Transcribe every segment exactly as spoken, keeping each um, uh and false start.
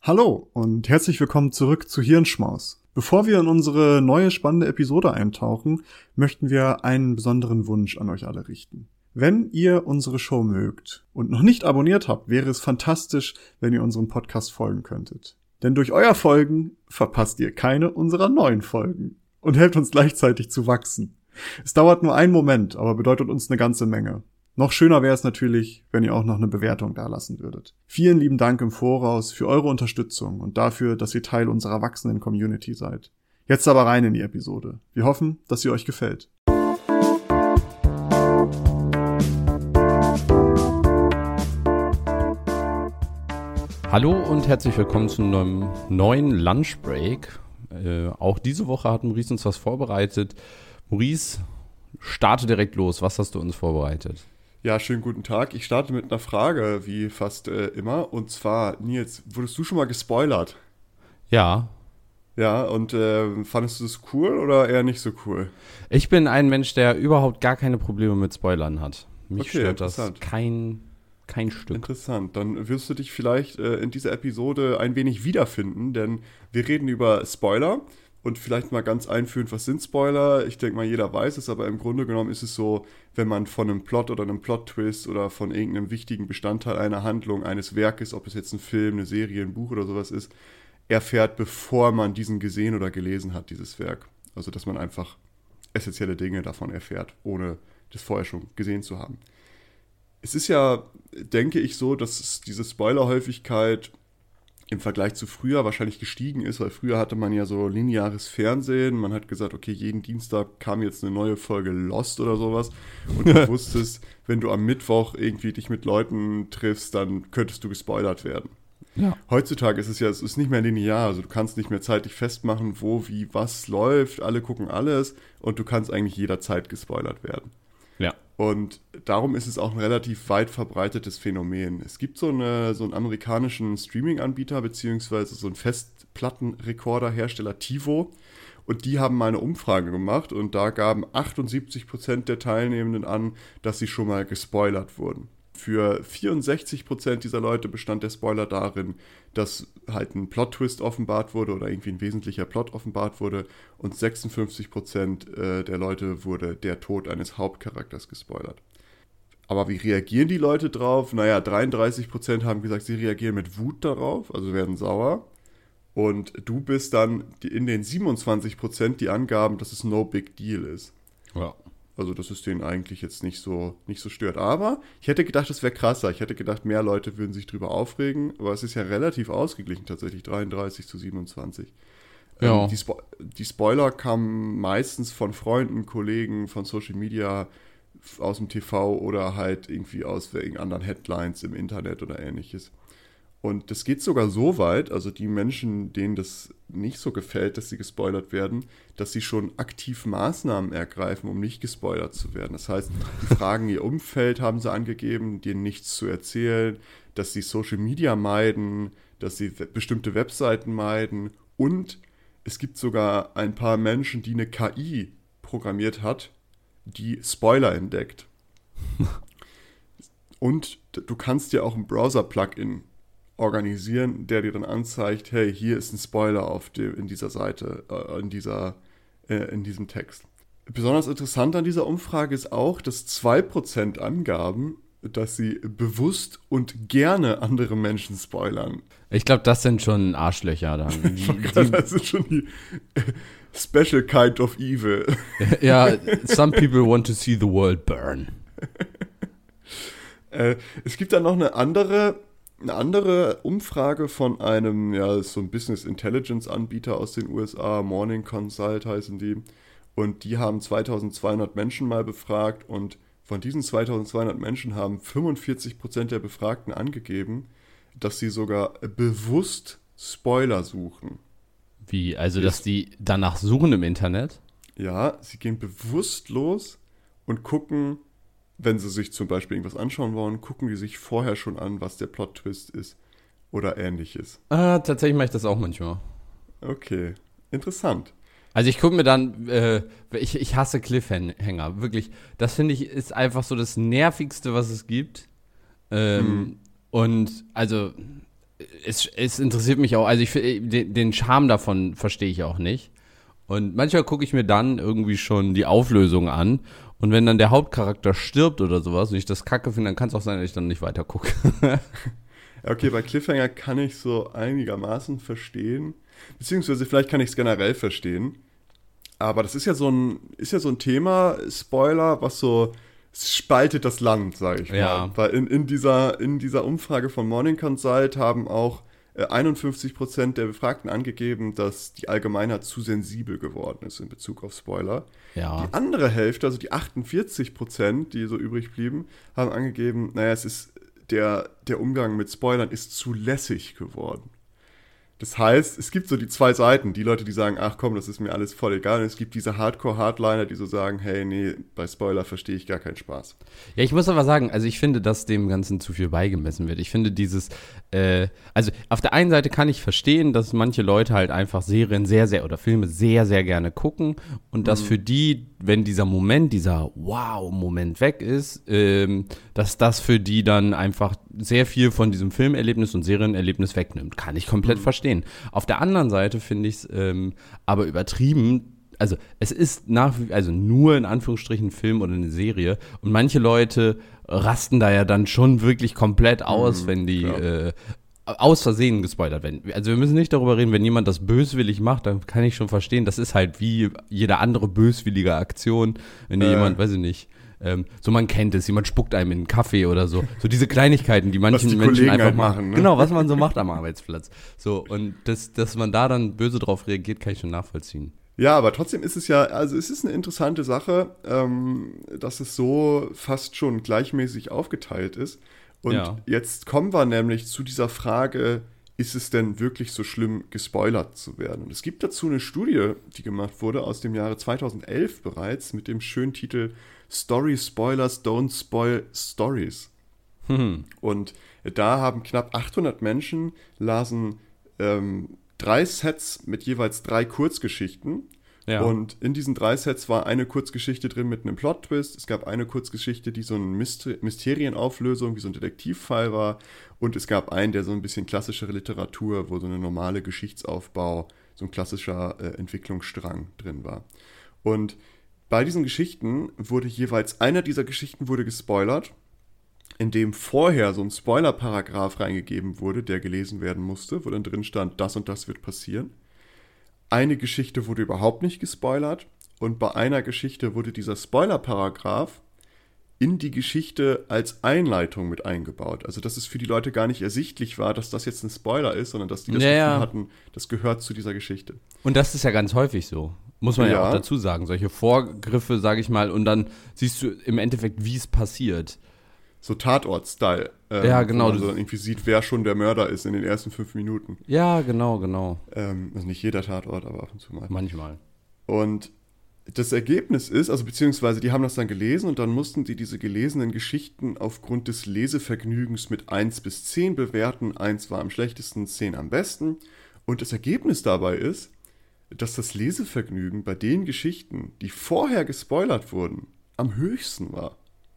Hallo und herzlich willkommen zurück zu Hirnschmaus. Bevor wir in unsere neue spannende Episode eintauchen, möchten wir einen besonderen Wunsch an euch alle richten. Wenn ihr unsere Show mögt und noch nicht abonniert habt, wäre es fantastisch, wenn ihr unserem Podcast folgen könntet. Denn durch euer Folgen verpasst ihr keine unserer neuen Folgen und helft uns gleichzeitig zu wachsen. Es dauert nur einen Moment, aber bedeutet uns eine ganze Menge. Noch schöner wäre es natürlich, wenn ihr auch noch eine Bewertung dalassen würdet. Vielen lieben Dank im Voraus für eure Unterstützung und dafür, dass ihr Teil unserer wachsenden Community seid. Jetzt aber rein in die Episode. Wir hoffen, dass sie euch gefällt. Hallo und herzlich willkommen zu einem neuen Lunchbreak. Äh, auch diese Woche hat Maurice uns was vorbereitet. Maurice, starte direkt los. Was hast du uns vorbereitet? Ja, schönen guten Tag. Ich starte mit einer Frage, wie fast äh, immer. Und zwar, Nils, wurdest du schon mal gespoilert? Ja. Ja, und äh, fandest du das cool oder eher nicht so cool? Ich bin ein Mensch, der überhaupt gar keine Probleme mit Spoilern hat. Mich okay, stört das kein, kein Stück. Interessant. Dann wirst du dich vielleicht äh, in dieser Episode ein wenig wiederfinden, denn wir reden über Spoiler. Und vielleicht mal ganz einführend, was sind Spoiler? Ich denke mal, jeder weiß es, aber im Grunde genommen ist es so, wenn man von einem Plot oder einem Plot-Twist oder von irgendeinem wichtigen Bestandteil einer Handlung, eines Werkes, ob es jetzt ein Film, eine Serie, ein Buch oder sowas ist, erfährt, bevor man diesen gesehen oder gelesen hat, dieses Werk. Also, dass man einfach essentielle Dinge davon erfährt, ohne das vorher schon gesehen zu haben. Es ist ja, denke ich, so, dass diese Spoilerhäufigkeit im Vergleich zu früher wahrscheinlich gestiegen ist, weil früher hatte man ja so lineares Fernsehen, man hat gesagt, okay, jeden Dienstag kam jetzt eine neue Folge Lost oder sowas und du wusstest, wenn du am Mittwoch irgendwie dich mit Leuten triffst, dann könntest du gespoilert werden. Ja. Heutzutage ist es ja, es ist nicht mehr linear, also du kannst nicht mehr zeitlich festmachen, wo, wie, was läuft, alle gucken alles und du kannst eigentlich jederzeit gespoilert werden. Ja. Und darum ist es auch ein relativ weit verbreitetes Phänomen. Es gibt so, eine, so einen amerikanischen Streaming-Anbieter, beziehungsweise so einen Festplattenrekorder-Hersteller TiVo. Und die haben mal eine Umfrage gemacht und da gaben achtundsiebzig Prozent der Teilnehmenden an, dass sie schon mal gespoilert wurden. Für vierundsechzig Prozent dieser Leute bestand der Spoiler darin, dass halt ein Plot-Twist offenbart wurde oder irgendwie ein wesentlicher Plot offenbart wurde und sechsundfünfzig Prozent der Leute wurde der Tod eines Hauptcharakters gespoilert. Aber wie reagieren die Leute drauf? Naja, dreiunddreißig Prozent haben gesagt, sie reagieren mit Wut darauf, also werden sauer. Und du bist dann in den siebenundzwanzig Prozent, die angaben, dass es no big deal ist. Ja. Also, dass es denen eigentlich jetzt nicht so, nicht so stört. Aber ich hätte gedacht, es wäre krasser. Ich hätte gedacht, mehr Leute würden sich drüber aufregen. Aber es ist ja relativ ausgeglichen tatsächlich, dreiunddreißig zu siebenundzwanzig. Ja. Ähm, die, Spo- die Spoiler kamen meistens von Freunden, Kollegen, von Social Media, aus dem T V oder halt irgendwie aus irgendeinen anderen Headlines im Internet oder ähnliches. Und das geht sogar so weit, also die Menschen, denen das nicht so gefällt, dass sie gespoilert werden, dass sie schon aktiv Maßnahmen ergreifen, um nicht gespoilert zu werden. Das heißt, die fragen ihr Umfeld, haben sie angegeben, denen nichts zu erzählen, dass sie Social Media meiden, dass sie we- bestimmte Webseiten meiden und es gibt sogar ein paar Menschen, die eine K I programmiert hat, die Spoiler entdeckt. Und du kannst dir auch ein Browser-Plugin organisieren, der dir dann anzeigt, hey, hier ist ein Spoiler auf dem, in dieser Seite, äh, in, dieser, äh, in diesem Text. Besonders interessant an dieser Umfrage ist auch, dass zwei Prozent angaben, dass sie bewusst und gerne andere Menschen spoilern. Ich glaube, das sind schon Arschlöcher dann. Die, die, Das ist schon die special kind of evil. ja, some people want to see the world burn. äh, es gibt dann noch eine andere Eine andere Umfrage von einem, ja, ist so ein Business Intelligence Anbieter aus den U S A, Morning Consult heißen die. Und die haben zweitausendzweihundert Menschen mal befragt und von diesen zweitausendzweihundert Menschen haben fünfundvierzig Prozent der Befragten angegeben, dass sie sogar bewusst Spoiler suchen. Wie? Also, dass die danach suchen im Internet? Ja, sie gehen bewusst los und gucken, wenn sie sich zum Beispiel irgendwas anschauen wollen, gucken die sich vorher schon an, was der Plot-Twist ist oder ähnliches. Ah, tatsächlich mache ich das auch manchmal. Okay, interessant. Also ich gucke mir dann, äh, ich, ich hasse Cliffhanger, wirklich. Das finde ich ist einfach so das Nervigste, was es gibt. Ähm, mhm. Und also es, es interessiert mich auch, also ich den, den Charme davon verstehe ich auch nicht. Und manchmal gucke ich mir dann irgendwie schon die Auflösung an. Und wenn dann der Hauptcharakter stirbt oder sowas und ich das kacke finde, dann kann es auch sein, dass ich dann nicht weiter gucke. Okay, bei Cliffhanger kann ich so einigermaßen verstehen. Beziehungsweise vielleicht kann ich es generell verstehen. Aber das ist ja so ein, ist ja so ein Thema, Spoiler, was so es spaltet das Land, sage ich mal. Ja. Weil in, in, dieser, in dieser Umfrage von Morning Consult haben auch äh, einundfünfzig Prozent der Befragten angegeben, dass die Allgemeinheit zu sensibel geworden ist in Bezug auf Spoiler. Ja. Die andere Hälfte, also die achtundvierzig Prozent, die so übrig blieben, haben angegeben, naja, es ist der, der Umgang mit Spoilern ist zu lässig geworden. Das heißt, es gibt so die zwei Seiten. Die Leute, die sagen, ach komm, das ist mir alles voll egal. Und es gibt diese Hardcore-Hardliner, die so sagen, hey, nee, bei Spoiler verstehe ich gar keinen Spaß. Ja, ich muss aber sagen, also ich finde, dass dem Ganzen zu viel beigemessen wird. Ich finde dieses, äh, also auf der einen Seite kann ich verstehen, dass manche Leute halt einfach Serien sehr, sehr oder Filme sehr, sehr gerne gucken und dass mhm. für die, wenn dieser Moment, dieser Wow-Moment weg ist, ähm, dass das für die dann einfach sehr viel von diesem Filmerlebnis und Serienerlebnis wegnimmt. Kann ich komplett mhm. verstehen. Auf der anderen Seite finde ich es ähm, aber übertrieben. Also es ist nach wie also nur in Anführungsstrichen ein Film oder eine Serie und manche Leute rasten da ja dann schon wirklich komplett aus, mhm, wenn die äh, aus Versehen gespoilert werden. Also wir müssen nicht darüber reden, wenn jemand das böswillig macht, dann kann ich schon verstehen, das ist halt wie jede andere böswillige Aktion, wenn dir äh. jemand, weiß ich nicht, Ähm, so man kennt es, jemand spuckt einem in einen Kaffee oder so. So diese Kleinigkeiten, die manchen die Menschen Kollegen einfach halt machen. Ne? Genau, was man so macht am Arbeitsplatz. So, und das, dass man da dann böse drauf reagiert, kann ich schon nachvollziehen. Ja, aber trotzdem ist es ja, also es ist eine interessante Sache, ähm, dass es so fast schon gleichmäßig aufgeteilt ist. Und ja. jetzt kommen wir nämlich zu dieser Frage, ist es denn wirklich so schlimm, gespoilert zu werden? Und es gibt dazu eine Studie, die gemacht wurde aus dem Jahre zweitausendelf bereits mit dem schönen Titel Story Spoilers Don't Spoil Stories. Hm. Und da haben knapp achthundert Menschen lasen ähm, drei Sets mit jeweils drei Kurzgeschichten. Ja. Und in diesen drei Sets war eine Kurzgeschichte drin mit einem Plot-Twist. Es gab eine Kurzgeschichte, die so eine Myster- Mysterienauflösung, wie so ein Detektivfall war. Und es gab einen, der so ein bisschen klassischere Literatur, wo so eine normale Geschichtsaufbau, so ein klassischer äh, Entwicklungsstrang drin war. Und bei diesen Geschichten wurde jeweils, einer dieser Geschichten wurde gespoilert, in dem vorher so ein Spoiler-Paragraph reingegeben wurde, der gelesen werden musste, wo dann drin stand, das und das wird passieren. Eine Geschichte wurde überhaupt nicht gespoilert und bei einer Geschichte wurde dieser Spoiler-Paragraph in die Geschichte als Einleitung mit eingebaut. Also dass es für die Leute gar nicht ersichtlich war, dass das jetzt ein Spoiler ist, sondern dass die das ja, Gefühl ja. hatten, das gehört zu dieser Geschichte. Und das ist ja ganz häufig so. Muss man ja, ja auch dazu sagen. Solche Vorgriffe, sage ich mal, und dann siehst du im Endeffekt, wie es passiert. So Tatort-Style. Ähm, ja, genau. Wo man so dann irgendwie sieht, wer schon der Mörder ist in den ersten fünf Minuten. Ja, genau, genau. Ähm, also nicht jeder Tatort, aber ab und zu mal. Manchmal. Und das Ergebnis ist, also beziehungsweise die haben das dann gelesen und dann mussten sie diese gelesenen Geschichten aufgrund des Lesevergnügens mit eins bis zehn bewerten. eins war am schlechtesten, zehn am besten. Und das Ergebnis dabei ist, dass das Lesevergnügen bei den Geschichten, die vorher gespoilert wurden, am höchsten war.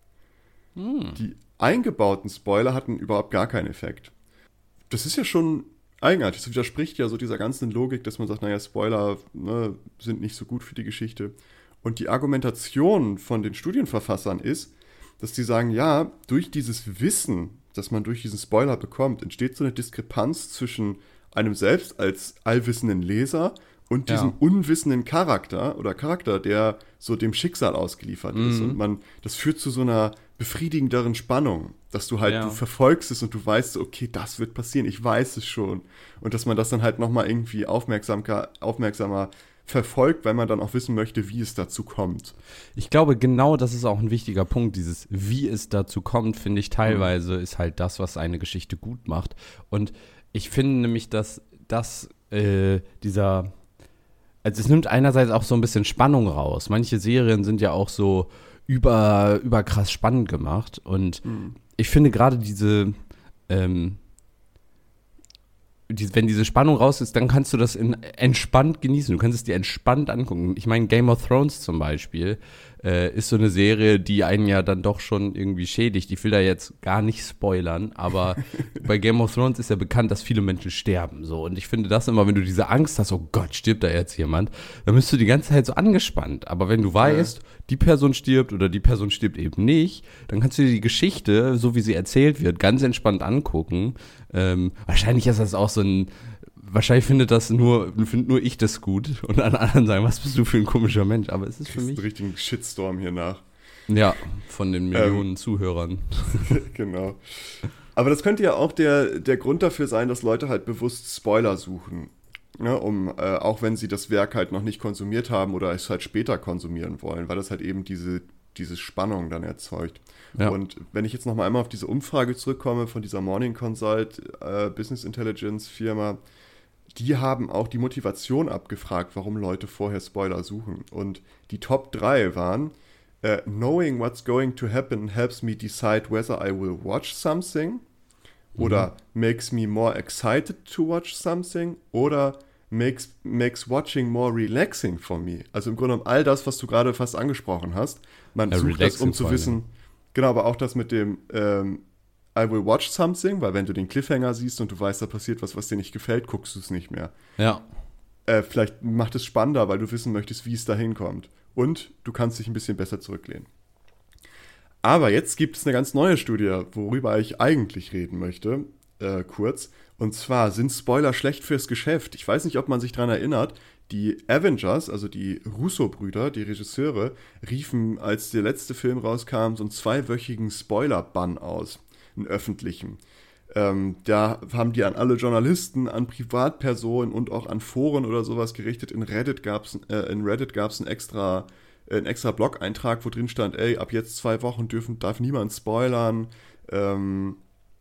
Hm. Die eingebauten Spoiler hatten überhaupt gar keinen Effekt. Das ist ja schon eigenartig. Das widerspricht ja so dieser ganzen Logik, dass man sagt, naja, Spoiler ne, sind nicht so gut für die Geschichte. Und die Argumentation von den Studienverfassern ist, dass die sagen, ja, durch dieses Wissen, das man durch diesen Spoiler bekommt, entsteht so eine Diskrepanz zwischen einem selbst als allwissenden Leser und diesem ja. unwissenden Charakter oder Charakter, der so dem Schicksal ausgeliefert mhm. ist. Und man, das führt zu so einer befriedigenderen Spannung, dass du halt, ja. du verfolgst es und du weißt, okay, das wird passieren, ich weiß es schon. Und dass man das dann halt nochmal irgendwie aufmerksamer, aufmerksamer verfolgt, weil man dann auch wissen möchte, wie es dazu kommt. Ich glaube, genau das ist auch ein wichtiger Punkt. Dieses, wie es dazu kommt, finde ich teilweise, mhm. ist halt das, was eine Geschichte gut macht. Und ich finde nämlich, dass das, äh, dieser, also es nimmt einerseits auch so ein bisschen Spannung raus. Manche Serien sind ja auch so über, über krass spannend gemacht. Und mhm. ich finde gerade diese, ähm, die, wenn diese Spannung raus ist, dann kannst du das in, entspannt genießen. Du kannst es dir entspannt angucken. Ich meine, Game of Thrones zum Beispiel äh, ist so eine Serie, die einen ja dann doch schon irgendwie schädigt. Ich will da jetzt gar nicht spoilern, aber bei Game of Thrones ist ja bekannt, dass viele Menschen sterben. So. Und ich finde das immer, wenn du diese Angst hast, oh Gott, stirbt da jetzt jemand, dann bist du die ganze Zeit so angespannt. Aber wenn du weißt, ja. die Person stirbt oder die Person stirbt eben nicht, dann kannst du dir die Geschichte, so wie sie erzählt wird, ganz entspannt angucken. Ähm, wahrscheinlich ist das auch so ein, wahrscheinlich findet das nur, findet nur ich das gut und alle anderen sagen, was bist du für ein komischer Mensch, aber es ist für mich. einen richtigen Shitstorm hier nach. Ja, von den Millionen ähm, Zuhörern. Genau. Aber das könnte ja auch der, der Grund dafür sein, dass Leute halt bewusst Spoiler suchen. Ne, um, äh, auch wenn sie das Werk halt noch nicht konsumiert haben oder es halt später konsumieren wollen, weil das halt eben diese, diese Spannung dann erzeugt. Ja. Und wenn ich jetzt noch mal einmal auf diese Umfrage zurückkomme von dieser Morning Consult äh, Business Intelligence Firma, die haben auch die Motivation abgefragt, warum Leute vorher Spoiler suchen. Und die Top drei waren uh, Knowing what's going to happen helps me decide whether I will watch something mhm. oder makes me more excited to watch something oder makes, makes watching more relaxing for me. Also im Grunde genommen all das, was du gerade fast angesprochen hast. Man ja, sucht das, um zu wissen, genau, aber auch das mit dem ähm, I will watch something, weil wenn du den Cliffhanger siehst und du weißt, da passiert was, was dir nicht gefällt, guckst du es nicht mehr. Ja. Äh, vielleicht macht es spannender, weil du wissen möchtest, wie es da hinkommt. Und du kannst dich ein bisschen besser zurücklehnen. Aber jetzt gibt es eine ganz neue Studie, worüber ich eigentlich reden möchte, äh, kurz. Und zwar, sind Spoiler schlecht fürs Geschäft? Ich weiß nicht, ob man sich daran erinnert, die Avengers, also die Russo-Brüder, die Regisseure, riefen, als der letzte Film rauskam, so einen zweiwöchigen Spoiler-Bann aus, einen öffentlichen. Ähm, da haben die an alle Journalisten, an Privatpersonen und auch an Foren oder sowas gerichtet. In Reddit gab's, äh, in Reddit gab's einen extra, äh, einen extra Blog-Eintrag, wo drin stand, ey, ab jetzt zwei Wochen dürfen, darf niemand spoilern. Ähm,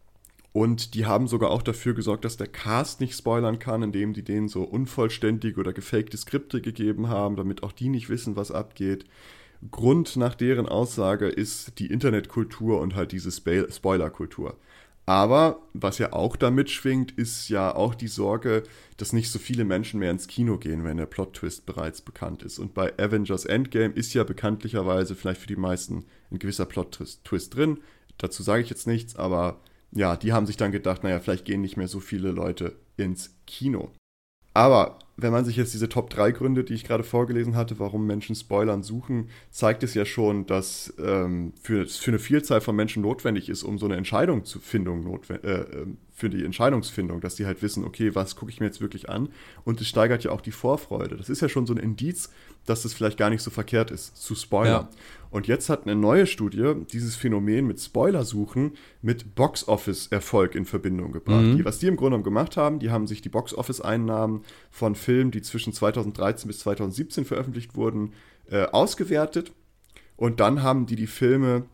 und die haben sogar auch dafür gesorgt, dass der Cast nicht spoilern kann, indem die denen so unvollständige oder gefakte Skripte gegeben haben, damit auch die nicht wissen, was abgeht. Grund nach deren Aussage ist die Internetkultur und halt diese Spo- Spoilerkultur. Aber was ja auch damit schwingt, ist ja auch die Sorge, dass nicht so viele Menschen mehr ins Kino gehen, wenn der Plot-Twist bereits bekannt ist. Und bei Avengers Endgame ist ja bekanntlicherweise vielleicht für die meisten ein gewisser Plot-Twist drin. Dazu sage ich jetzt nichts, aber ja, die haben sich dann gedacht, naja, vielleicht gehen nicht mehr so viele Leute ins Kino. Aber wenn man sich jetzt diese Top drei Gründe, die ich gerade vorgelesen hatte, warum Menschen Spoilern suchen, zeigt es ja schon, dass ähm, für, für eine Vielzahl von Menschen notwendig ist, um so eine Entscheidungsfindung notwendig, äh, für die Entscheidungsfindung, dass die halt wissen, okay, was gucke ich mir jetzt wirklich an? Und es steigert ja auch die Vorfreude. Das ist ja schon so ein Indiz, dass es vielleicht gar nicht so verkehrt ist, zu spoilern. Ja. Und jetzt hat eine neue Studie dieses Phänomen mit Spoilersuchen mit Box-Office-Erfolg in Verbindung gebracht. Mhm. Die, was die im Grunde genommen gemacht haben, die haben sich die Box-Office-Einnahmen von Filmen, die zwischen zweitausenddreizehn bis zweitausendsiebzehn veröffentlicht wurden, äh, ausgewertet. Und dann haben die die Filme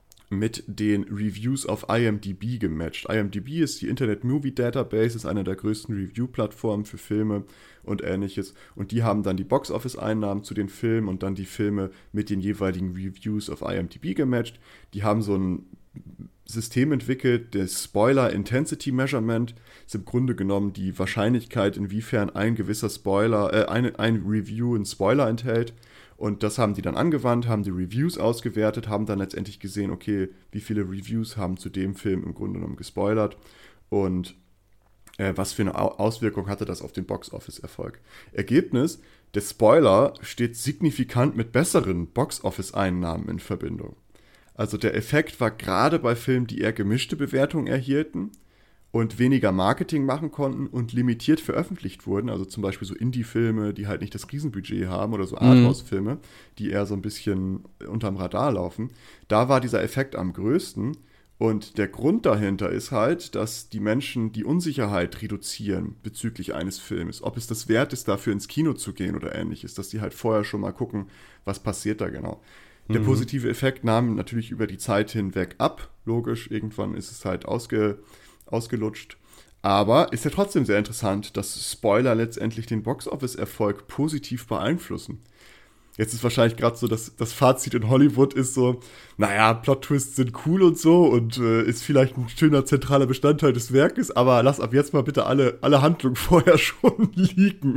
mit den Reviews auf I M D B gematcht. I M D B ist die Internet Movie Database, ist eine der größten Review-Plattformen für Filme und ähnliches. Und die haben dann die Box-Office-Einnahmen zu den Filmen und dann die Filme mit den jeweiligen Reviews auf I M D B gematcht. Die haben so ein System entwickelt, das Spoiler Intensity Measurement, ist im Grunde genommen die Wahrscheinlichkeit, inwiefern ein gewisser Spoiler, äh, ein, ein Review einen Spoiler enthält. Und das haben die dann angewandt, haben die Reviews ausgewertet, haben dann letztendlich gesehen, okay, wie viele Reviews haben zu dem Film im Grunde genommen gespoilert und äh, was für eine Auswirkung hatte das auf den Box-Office-Erfolg. Ergebnis, der Spoiler steht signifikant mit besseren Box-Office-Einnahmen in Verbindung. Also der Effekt war gerade bei Filmen, die eher gemischte Bewertungen erhielten und weniger Marketing machen konnten und limitiert veröffentlicht wurden, also zum Beispiel so Indie-Filme, die halt nicht das Riesenbudget haben oder so Arthouse-Filme, die eher so ein bisschen unterm Radar laufen, da war dieser Effekt am größten. Und der Grund dahinter ist halt, dass die Menschen die Unsicherheit reduzieren bezüglich eines Films, ob es das wert ist, dafür ins Kino zu gehen oder ähnliches, dass die halt vorher schon mal gucken, was passiert da genau. Der mhm. positive Effekt nahm natürlich über die Zeit hinweg ab, logisch, irgendwann ist es halt ausge... ausgelutscht. Aber ist ja trotzdem sehr interessant, dass Spoiler letztendlich den Box-Office-Erfolg positiv beeinflussen. Jetzt ist wahrscheinlich gerade so, dass das Fazit in Hollywood ist so, naja, Plot-Twists sind cool und so und äh, ist vielleicht ein schöner zentraler Bestandteil des Werkes, aber lass ab jetzt mal bitte alle, alle Handlungen vorher schon liegen.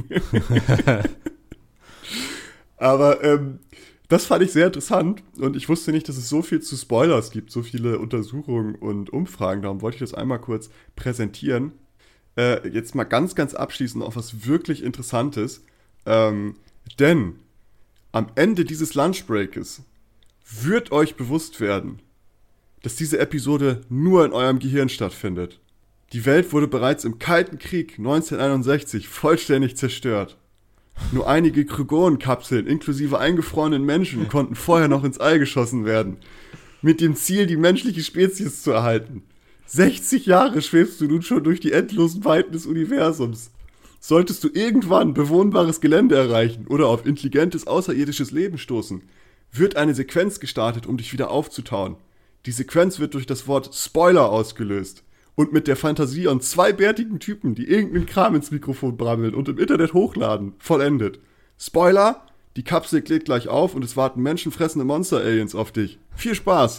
Aber ähm, das fand ich sehr interessant und ich wusste nicht, dass es so viel zu Spoilers gibt, so viele Untersuchungen und Umfragen. Darum wollte ich das einmal kurz präsentieren. Äh, jetzt mal ganz, ganz abschließend auf was wirklich Interessantes. Ähm, denn am Ende dieses Lunchbreakes wird euch bewusst werden, dass diese Episode nur in eurem Gehirn stattfindet. Die Welt wurde bereits im Kalten Krieg neunzehnhunderteinundsechzig vollständig zerstört. Nur einige Krygon-Kapseln inklusive eingefrorenen Menschen konnten vorher noch ins All geschossen werden, mit dem Ziel, die menschliche Spezies zu erhalten. sechzig Jahre schwebst du nun schon durch die endlosen Weiten des Universums. Solltest du irgendwann bewohnbares Gelände erreichen oder auf intelligentes außerirdisches Leben stoßen, wird eine Sequenz gestartet, um dich wieder aufzutauen. Die Sequenz wird durch das Wort Spoiler ausgelöst und mit der Fantasie an zwei bärtigen Typen, die irgendeinen Kram ins Mikrofon brabbeln und im Internet hochladen, vollendet. Spoiler, die Kapsel geht gleich auf und es warten menschenfressende Monster-Aliens auf dich. Viel Spaß!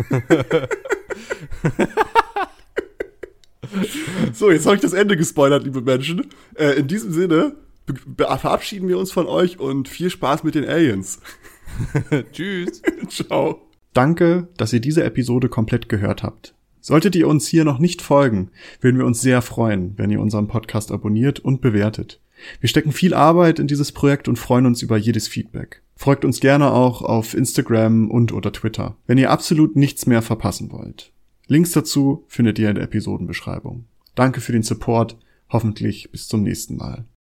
So, jetzt habe ich das Ende gespoilert, liebe Menschen. Äh, in diesem Sinne verabschieden wir uns von euch und viel Spaß mit den Aliens. Tschüss. Ciao. Danke, dass ihr diese Episode komplett gehört habt. Solltet ihr uns hier noch nicht folgen, würden wir uns sehr freuen, wenn ihr unseren Podcast abonniert und bewertet. Wir stecken viel Arbeit in dieses Projekt und freuen uns über jedes Feedback. Folgt uns gerne auch auf Instagram und oder Twitter, wenn ihr absolut nichts mehr verpassen wollt. Links dazu findet ihr in der Episodenbeschreibung. Danke für den Support, hoffentlich bis zum nächsten Mal.